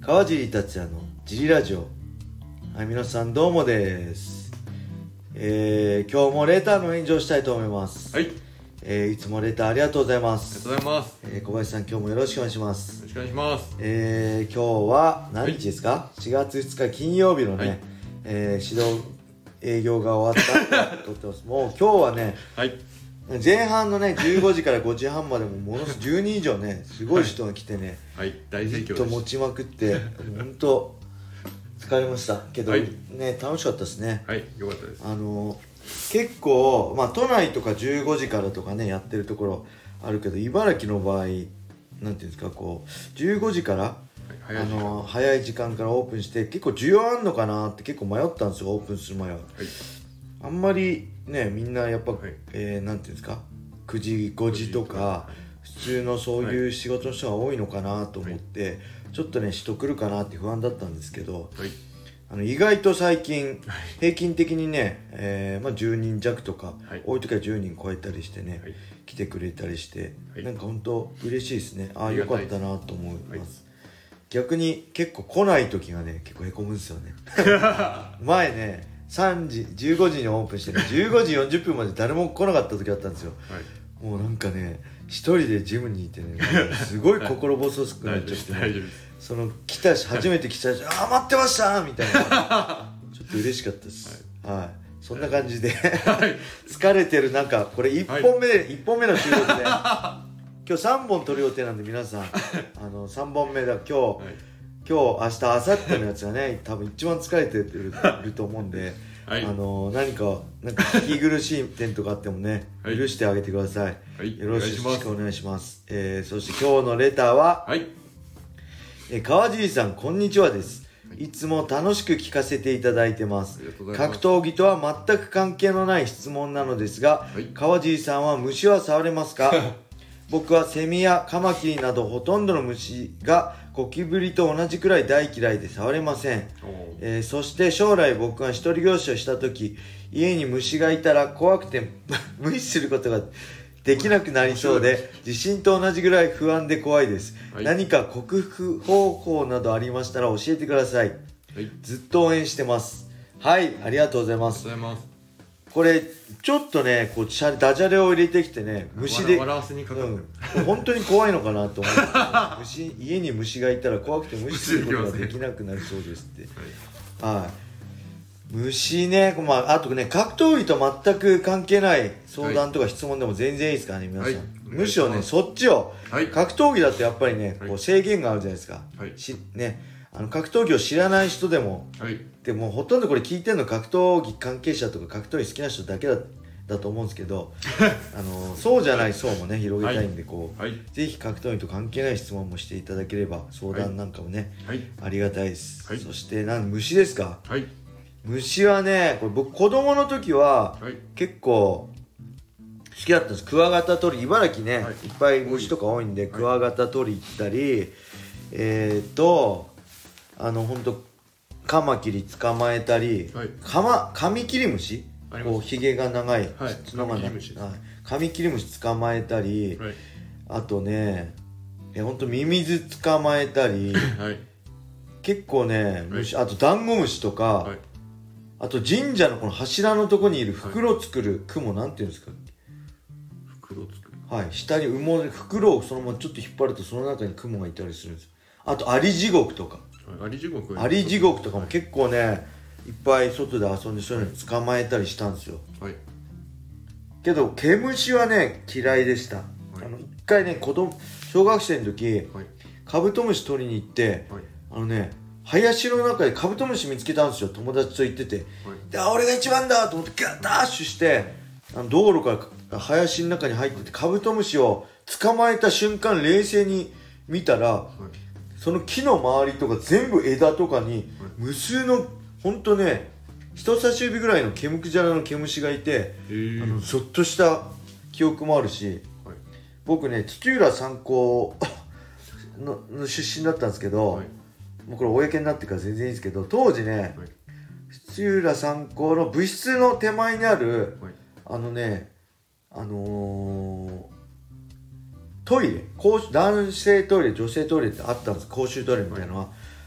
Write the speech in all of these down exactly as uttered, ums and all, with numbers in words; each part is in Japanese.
川尻達也のジリラジオ。はい、皆さんどうもです。えー、今日もレターの返事をしたいと思います。 はい。 えー、いつもレターありがとうございます。 ありがとうございます。 えー、小林さん今日もよろしくお願いします。 よろしくお願いします。 えー、今日は何日ですか、はい、しがつふつか金曜日のね、はい、えー、指導営業が終わったと撮ってます。もう今日はね、はい、前半のねじゅうごじからごじはんまでもものすごいじゅうにん以上ねすごい人が来てね、 はい、はい、大盛況です。ずっと持ちまくって本当疲れましたけど、はい、ね楽しかったですね。 はい、よかったです。 あの結構まあ都内とかじゅうごじからとかねやってるところあるけど、茨城の場合なんていうんですか、こうじゅうごじから、はい、早い時間、あの早い時間からオープンして結構需要あんのかなって結構迷ったんですよ、オープンする前は。はい、あんまりねみんなやっぱ、はい、えー、なんていうんですかくじごじとか、はい、普通のそういう仕事の人が多いのかなと思って、はい、ちょっとね人来るかなって不安だったんですけど、はい、あの意外と最近平均的にね、えーまあ、じゅうにん弱とか、はい、多い時はじゅうにん超えたりしてね、はい、来てくれたりして、はい、なんか本当嬉しいですね。ああよかったなと思います。はい、逆に結構来ない時がね結構へこむんですよね前ねさんじじゅうごじにオープンしてねじゅうごじよんじゅっぷんまで誰も来なかった時あったんですよ。はい、もうなんかね一人でジムにいてねすごい心細くなっちゃってねその来たし初めて来たし、はい、あー待ってましたみたいなちょっと嬉しかったです。はい、はい、そんな感じで、はい、疲れてる中これいっぽんめで、はい、いっぽんめの収録で今日さんぼん撮る予定なんで皆さんあのさんぼんめだ今日、はい、今日明日明後日のやつがね多分一番疲れてると思うんで、はい、あの何かなんか聞き苦しい点とかあってもね、はい、許してあげてください。はい、よろしくお願いします。えー、そして今日のレターは、はい、え川尻さんこんにちはです。いつも楽しく聞かせていただいてます。格闘技とは全く関係のない質問なのですが、はい、川尻さんは虫は触れますか？僕はセミやカマキリなどほとんどの虫がゴキブリと同じくらい大嫌いで触れません。えー、そして将来僕が一人暮らしをした時家に虫がいたら怖くて無視することができなくなりそうで地震と同じぐらい不安で怖いです。はい、何か克服方法などありましたら教えてください。はい、ずっと応援してます。はい、ありがとうございます。 ありがとうございます。 これちょっとねこうダジャレを入れてきてね虫で笑わせにかかる、 うん、本当に怖いのかなと思って虫家に虫がいたら怖くて無視することができなくなりそうですってはい、はい、虫ね、まあ、あとね格闘技と全く関係ない相談とか質問でも全然いいですからね皆さん、はい、むしろねそっちを、はい、格闘技だとやっぱりねこう制限があるじゃないですか、はい、しねあの格闘技を知らない人でも、はい、でもほとんどこれ聞いてるの格闘技関係者とか格闘技好きな人だけだだと思うんですけどあのそうじゃない層もね広げたいんでこう、はい、ぜひ格闘技と関係ない質問もしていただければ相談なんかもね、はい、ありがたいです。はい、そしてなん虫ですか、はい、虫はねこれ僕子供の時は、はい、結構好きだったんです。クワガタ取り茨城ね、はい、いっぱい虫とか多いんで、はい、クワガタ取り行ったりえーとあの本当カマキリ捕まえたり、はい、カマカミキリムシこうヒゲが長い、はい、角が長いカミキリムシ捕まえたり、はい、あとねえ本当ミミズ捕まえたり、はい、結構ね虫、はい、あとダンゴムシとか、はい、あと神社のこの柱のとこにいる袋作る雲、はい、なんていうんですか袋作るはい下に羽毛で袋をそのままちょっと引っ張るとその中に雲がいたりするんですよ。あとアリジゴクとかアリジゴクアリジゴクとかも結構ねいっぱい外で遊んでそういうの捕まえたりしたんですよ、はい、けど毛虫はね嫌いでした、はい、あの一回ね子供小学生の時、はい、カブトムシ取りに行って、はい、あのね林の中でカブトムシ見つけたんですよ友達と行ってて、はい、であ俺が一番だと思ってガッダッシュしてあの道路から林の中に入っててカブトムシを捕まえた瞬間冷静に見たら、はい、その木の周りとか全部枝とかに無数のほんとね人差し指ぐらいの毛むくじゃらの毛虫がいてあのそっとした記憶もあるし、はい、僕ね土浦三高 の, の出身だったんですけど、はい、もうこれ公になってから全然いいですけど当時ね、はい、土浦三高の部室の手前にある、はい、あのねあのー、トイレ男性トイレ女性トイレってあったんです公衆トイレみたいなのは、はい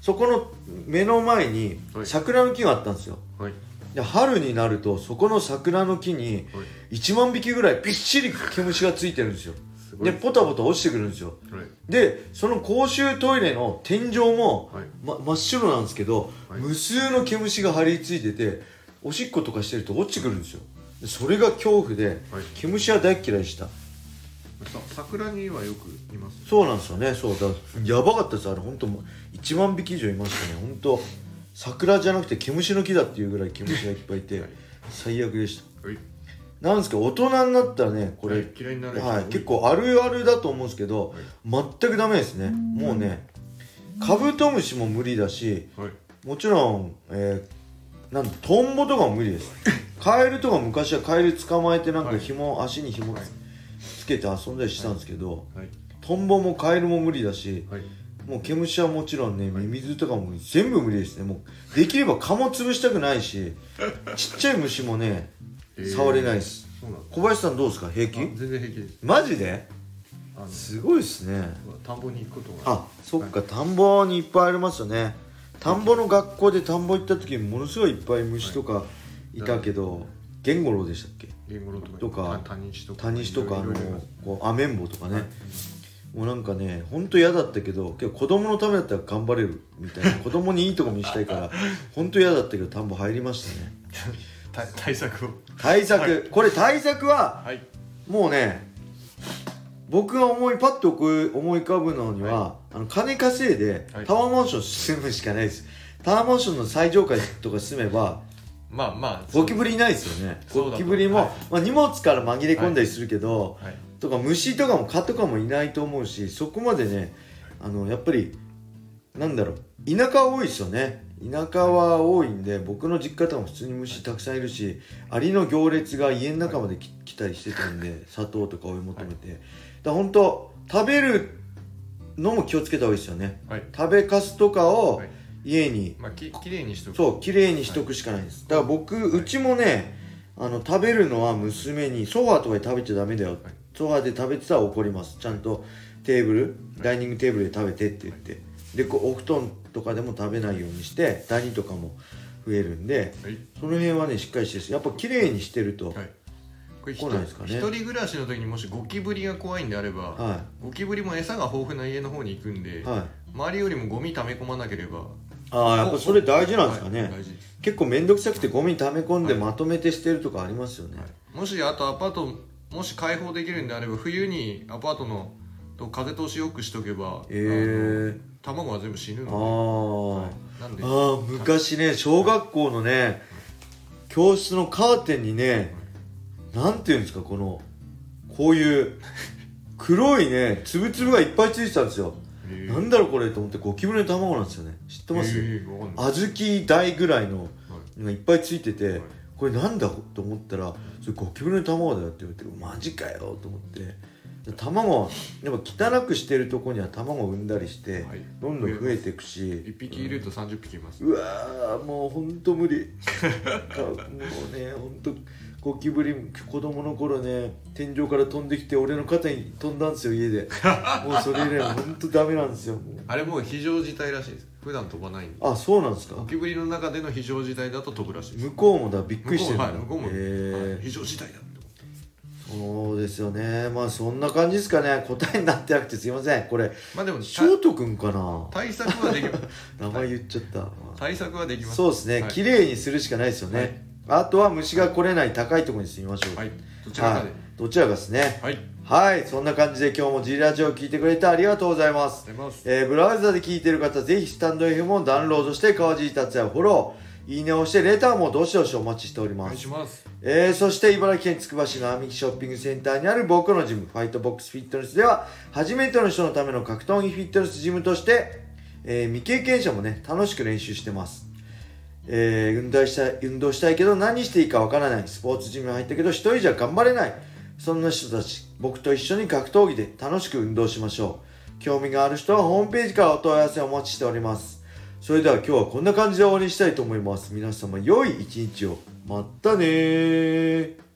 そこの目の前に桜の木があったんですよ、はい、で春になるとそこの桜の木にいちまんびきぐらいびっしり毛虫がついてるんですよ。でポタポタ落ちてくるんですよ、はい、でその公衆トイレの天井も、はいま、真っ白なんですけど、はい、無数の毛虫が張り付いてておしっことかしてると落ちてくるんですよ。でそれが恐怖で、はい、毛虫は大嫌いでした。 桜にはよくいます、ね、 そうなんですよね。そうだやばかったです。あれ本当もういちまんびき以上いましたね。本当桜じゃなくて毛虫の木だっていうぐらい毛虫がいっぱいいて、はい、最悪でした、はい、なんですけど大人になったらねこれ、はい嫌いになるはい、結構あるあるだと思うんですけど、はい、全くダメですね。もうねカブトムシも無理だし、はい、もちろん、えー、なんトンボとかも無理です。カエルとか昔はカエル捕まえてなんか紐、はい、足に紐つけて遊んだりしたんですけど、はいはい、トンボもカエルも無理だし、はい、もう毛虫はもちろんねミミズとかも全部無理ですね。もうできれば蚊も潰したくないしちっちゃい虫もね触れないです、えー、小林さんどうですか？平気？ 全然平気です。 マジで？すごいですね。 田んぼに行くことがあそっか、はい、田んぼにいっぱいありますよね。田んぼの学校で田んぼ行った時にものすごいいっぱい虫とかいたけど、はい、ゲンゴロウでしたっけ？ ゲンゴロウとかとかタニシとかタニシとかあのこうアメンボとかね、はい、もうなんかねほんと嫌だったけど、けど子供のためだったら頑張れるみたいな子供にいいとこ見したいからほんと嫌だったけど田んぼ入りましたね。 対策を対策、はい、これ対策は、 はい、 もうね僕が思いパッと思い浮かぶのには、はい、あの金稼いでタワーマンション住むしかないです、はい、タワーマンションの最上階とか住めばまあまあゴキブリいないですよね。ゴキブリも、はいまあ、荷物から紛れ込んだりするけど、はいはい、とか虫とかも蚊とかもいないと思うし、そこまでねあのやっぱりなんだろう田舎は多いですよね。田舎は多いんで僕の実家とかも普通に虫たくさんいるし、アリの行列が家の中まで来、はい、たりしてたんで砂糖とか追い求めて、はい、だから本当食べるのも気をつけた方がいいですよね、はい、食べかすとかを家に、 まあ、き, きれいにしとくそうきれいにしとくしかないです、はい、だから僕、はい、うちもねあの食べるのは娘にソファーとかで食べちゃダメだよ、はい、ソファーで食べてたら怒ります。ちゃんとテーブル、はい、ダイニングテーブルで食べてって言って、はい、でこうお布団とかでも食べないようにしてダニとかも増えるんで、はい、その辺はねしっかりしてやっぱきれいにしてると、はい、 これ来ないですかね。一人暮らしの時にもしゴキブリが怖いんであれば、はい、ゴキブリも餌が豊富な家の方に行くんで、はい、周りよりもゴミ溜め込まなければ。 ああやっぱそれ大事なんですかね、はい、大事です。結構面倒くさくてゴミ溜め込んでまとめて捨てるとかありますよね、はい、 もしあとアパートもし開放できるんであれば冬にアパートのと風通しよくしとけば、えー、卵は全部死ぬので、あ、はい、なんであ昔ね小学校のね、はい、教室のカーテンにね、はい、なんていうんですかこのこういう黒いねつぶつぶがいっぱいついてたんですよ。なんだろうこれと思ってゴキブリの卵なんですよね。知ってます？小豆大ぐらいのがいっぱいついてて、はい、これなんだと思ったらそれゴキブリの卵だよって言われてマジかよと思って、卵やっぱ汚くしてるとこには卵を産んだりして、はい、どんどん増えていくしいっぴきいるとさんじゅっぴきいます、 うわーもうほんと無理もうねほんとゴキブリ子供の頃ね天井から飛んできて俺の肩に飛んだんですよ家でもうそれ以来ほんとダメなんですよ。 あれもう非常事態らしいです。普段飛ばないんで。 あ、そうなんですか。 ゴキブリの中での非常事態だと飛ぶらしいです。 向こうもだびっくりしてるんだ。 向こうも、はい、向こうも、はい、非常事態だってそうですよね。まあそんな感じですかね。答えになってなくてすいません。これまあでも翔斗くんかな。 対策はできます名前言っちゃった、 対策はできます。 そうですね、はい、綺麗にするしかないですよね、はい、あとは虫が来れない高いところに住みましょう。はい、 どちらかで、はい、 どちらかですね。 はい、 はい、そんな感じで今日も G ラジオを聞いてくれてありがとうございます。えー、ブラウザで聞いてる方ぜひスタンド エフエム をダウンロードして川尻達也をフォロー、いいねをしてレターもどしどしお待ちしております。お願いします。えー、そして茨城県つくば市の並木ショッピングセンターにある僕のジムファイトボックスフィットネスでは初めての人のための格闘技フィットネスジムとして、えー、未経験者もね楽しく練習してます。えー、運動したい運動したいけど何していいかわからない、スポーツジムに入ったけど一人じゃ頑張れない、そんな人たち僕と一緒に格闘技で楽しく運動しましょう。興味がある人はホームページからお問い合わせをお待ちしております。それでは今日はこんな感じで終わりにしたいと思います。皆様良い一日を。またねー。